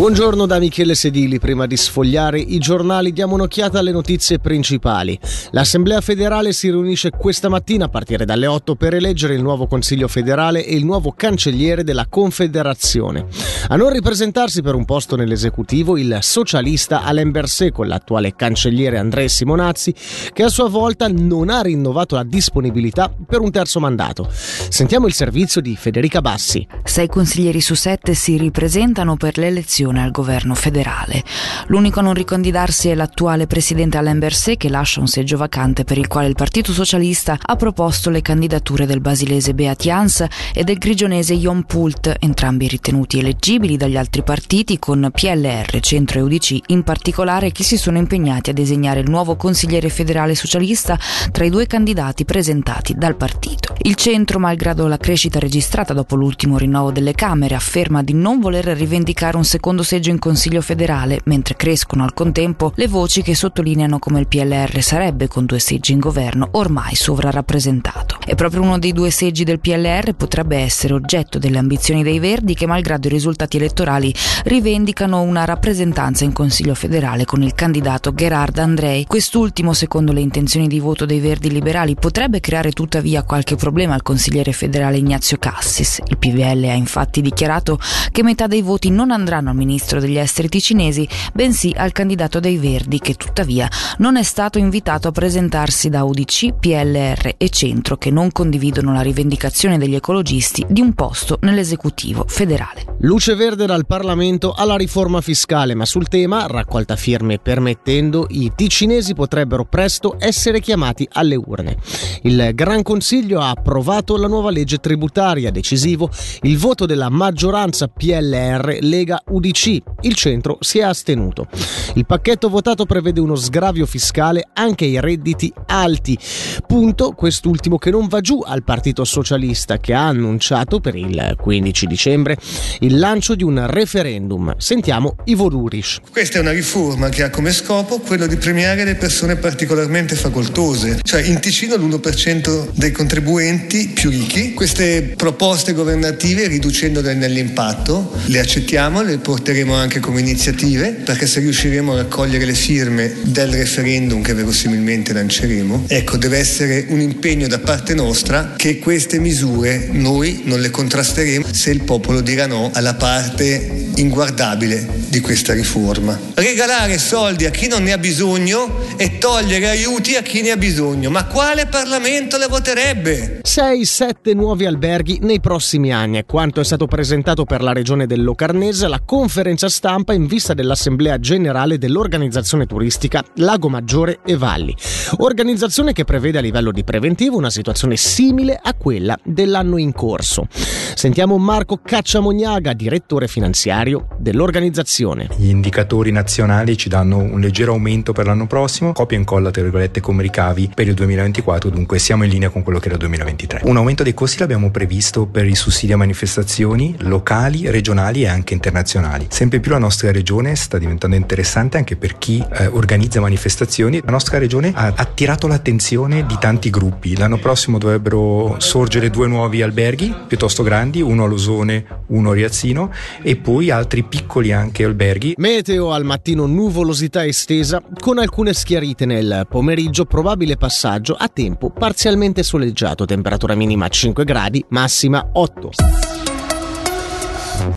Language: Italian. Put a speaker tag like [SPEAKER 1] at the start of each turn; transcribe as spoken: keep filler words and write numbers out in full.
[SPEAKER 1] Buongiorno da Michele Sedili. Prima di sfogliare i giornali diamo un'occhiata alle notizie principali. L'Assemblea federale si riunisce questa mattina a partire dalle otto per eleggere il nuovo Consiglio federale e il nuovo cancelliere della Confederazione. A non ripresentarsi per un posto nell'esecutivo il socialista Alain Berset, con l'attuale cancelliere André Simonazzi, che a sua volta non ha rinnovato la disponibilità per un terzo mandato. Sentiamo il servizio di Federica Bassi.
[SPEAKER 2] Sei consiglieri su sette si ripresentano per l'elezione al governo federale. L'unico a non ricandidarsi è l'attuale presidente Alain Berset, che lascia un seggio vacante per il quale il Partito Socialista ha proposto le candidature del basilese Beat Jans e del grigionese Jon Pult, entrambi ritenuti eleggibili dagli altri partiti, con P L R, Centro e U D C in particolare, che si sono impegnati a disegnare il nuovo consigliere federale socialista tra i due candidati presentati dal partito. Il Centro, malgrado la crescita registrata dopo l'ultimo rinnovo delle Camere, afferma di non voler rivendicare un secondo seggio in Consiglio federale, mentre crescono al contempo le voci che sottolineano come il P L R sarebbe, con due seggi in governo, ormai sovrarappresentato. E proprio uno dei due seggi del P L R potrebbe essere oggetto delle ambizioni dei Verdi, che malgrado i risultati elettorali rivendicano una rappresentanza in Consiglio federale con il candidato Gerhard Andrei. Quest'ultimo, secondo le intenzioni di voto dei Verdi liberali, potrebbe creare tuttavia qualche problema al consigliere federale Ignazio Cassis. Il P V L ha infatti dichiarato che metà dei voti non andranno al ministro degli esteri ticinesi, bensì al candidato dei Verdi, che tuttavia non è stato invitato a presentarsi da U D C, P L R e Centro, che non condividono la rivendicazione degli ecologisti di un posto nell'esecutivo federale.
[SPEAKER 1] Luce verde dal Parlamento alla riforma fiscale, ma sul tema, raccolta firme permettendo, i ticinesi potrebbero presto essere chiamati alle urne. Il Gran Consiglio ha approvato la nuova legge tributaria, decisivo il voto della maggioranza P L R, Lega, U D C. Il centro si è astenuto. Il pacchetto votato prevede uno sgravio fiscale anche ai redditi alti, punto quest'ultimo che non va giù al Partito Socialista, che ha annunciato per il quindici dicembre il lancio di un referendum. Sentiamo Ivo Duriš.
[SPEAKER 3] Questa è una riforma che ha come scopo quello di premiare le persone particolarmente facoltose, cioè in Ticino l'uno per cento dei contribuenti più ricchi. Queste proposte governative, riducendole nell'impatto, le accettiamo, le porteremo anche come iniziative, perché se riusciremo a raccogliere le firme del referendum che verosimilmente lanceremo, ecco, deve essere un impegno da parte nostra che queste misure noi non le contrasteremo se il popolo dirà no alla parte inguardabile di questa riforma. Regalare soldi a chi non ne ha bisogno e togliere aiuti a chi ne ha bisogno. Ma quale Parlamento le voterebbe?
[SPEAKER 1] sei sette nuovi alberghi nei prossimi anni è quanto è stato presentato per la regione del Locarnese alla conferenza stampa in vista dell'Assemblea Generale dell'Organizzazione Turistica Lago Maggiore e Valli. Organizzazione che prevede a livello di preventivo una situazione simile a quella dell'anno in corso. Sentiamo Marco Cacciamognaga, direttore finanziario dell'organizzazione.
[SPEAKER 4] Gli indicatori nazionali ci danno un leggero aumento per l'anno prossimo, copia e incolla tra virgolette come ricavi per il duemilaventiquattro, dunque siamo in linea con quello che era il duemilaventitré. Un aumento dei costi l'abbiamo previsto per i sussidi a manifestazioni locali, regionali e anche internazionali. Sempre più la nostra regione sta diventando interessante anche per chi eh, organizza manifestazioni. La nostra regione ha attirato l'attenzione di tanti gruppi. L'anno prossimo dovrebbero sorgere due nuovi alberghi piuttosto grandi, uno a Losone, uno a Riazzino, e poi altri piccoli anche alberghi.
[SPEAKER 1] Meteo: al mattino nuvolosità estesa con alcune schiarite nel pomeriggio, probabile passaggio a tempo parzialmente soleggiato, temperatura minima cinque gradi, massima otto.